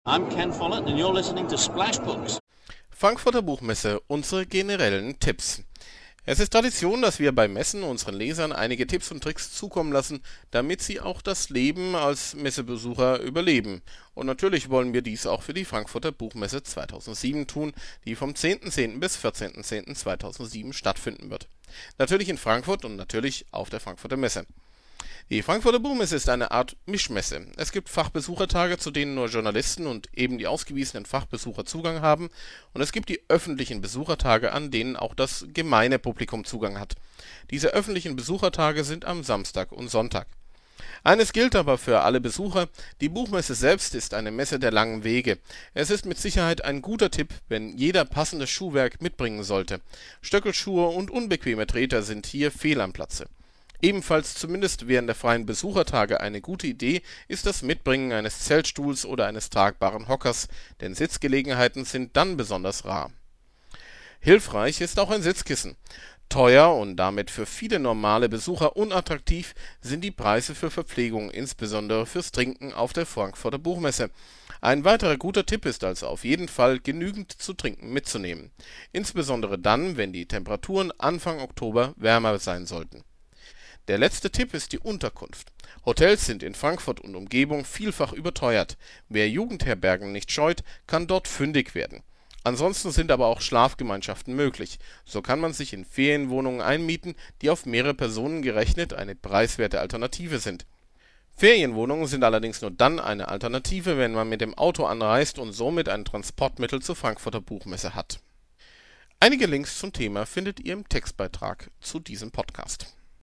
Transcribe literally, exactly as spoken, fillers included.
I'm Ken Follett and you're listening to Splash Books. Frankfurter Buchmesse, unsere generellen Tipps. Es ist Tradition, dass wir bei Messen unseren Lesern einige Tipps und Tricks zukommen lassen, damit sie auch das Leben als Messebesucher überleben. Und natürlich wollen wir dies auch für die Frankfurter Buchmesse zweitausendsieben tun, die vom zehnten zehnten bis vierzehnten zehnten zweitausendsieben stattfinden wird. Natürlich in Frankfurt und natürlich auf der Frankfurter Messe. Die Frankfurter Buchmesse ist eine Art Mischmesse. Es gibt Fachbesuchertage, zu denen nur Journalisten und eben die ausgewiesenen Fachbesucher Zugang haben, und es gibt die öffentlichen Besuchertage, an denen auch das gemeine Publikum Zugang hat. Diese öffentlichen Besuchertage sind am Samstag und Sonntag. Eines gilt aber für alle Besucher: Die Buchmesse selbst ist eine Messe der langen Wege. Es ist mit Sicherheit ein guter Tipp, wenn jeder passendes Schuhwerk mitbringen sollte. Stöckelschuhe und unbequeme Treter sind hier fehl am Platze. Ebenfalls zumindest während der freien Besuchertage eine gute Idee ist das Mitbringen eines Zeltstuhls oder eines tragbaren Hockers, denn Sitzgelegenheiten sind dann besonders rar. Hilfreich ist auch ein Sitzkissen. Teuer und damit für viele normale Besucher unattraktiv sind die Preise für Verpflegung, insbesondere fürs Trinken auf der Frankfurter Buchmesse. Ein weiterer guter Tipp ist also auf jeden Fall, genügend zu trinken mitzunehmen. Insbesondere dann, wenn die Temperaturen Anfang Oktober wärmer sein sollten. Der letzte Tipp ist die Unterkunft. Hotels sind in Frankfurt und Umgebung vielfach überteuert. Wer Jugendherbergen nicht scheut, kann dort fündig werden. Ansonsten sind aber auch Schlafgemeinschaften möglich. So kann man sich in Ferienwohnungen einmieten, die auf mehrere Personen gerechnet eine preiswerte Alternative sind. Ferienwohnungen sind allerdings nur dann eine Alternative, wenn man mit dem Auto anreist und somit ein Transportmittel zur Frankfurter Buchmesse hat. Einige Links zum Thema findet ihr im Textbeitrag zu diesem Podcast.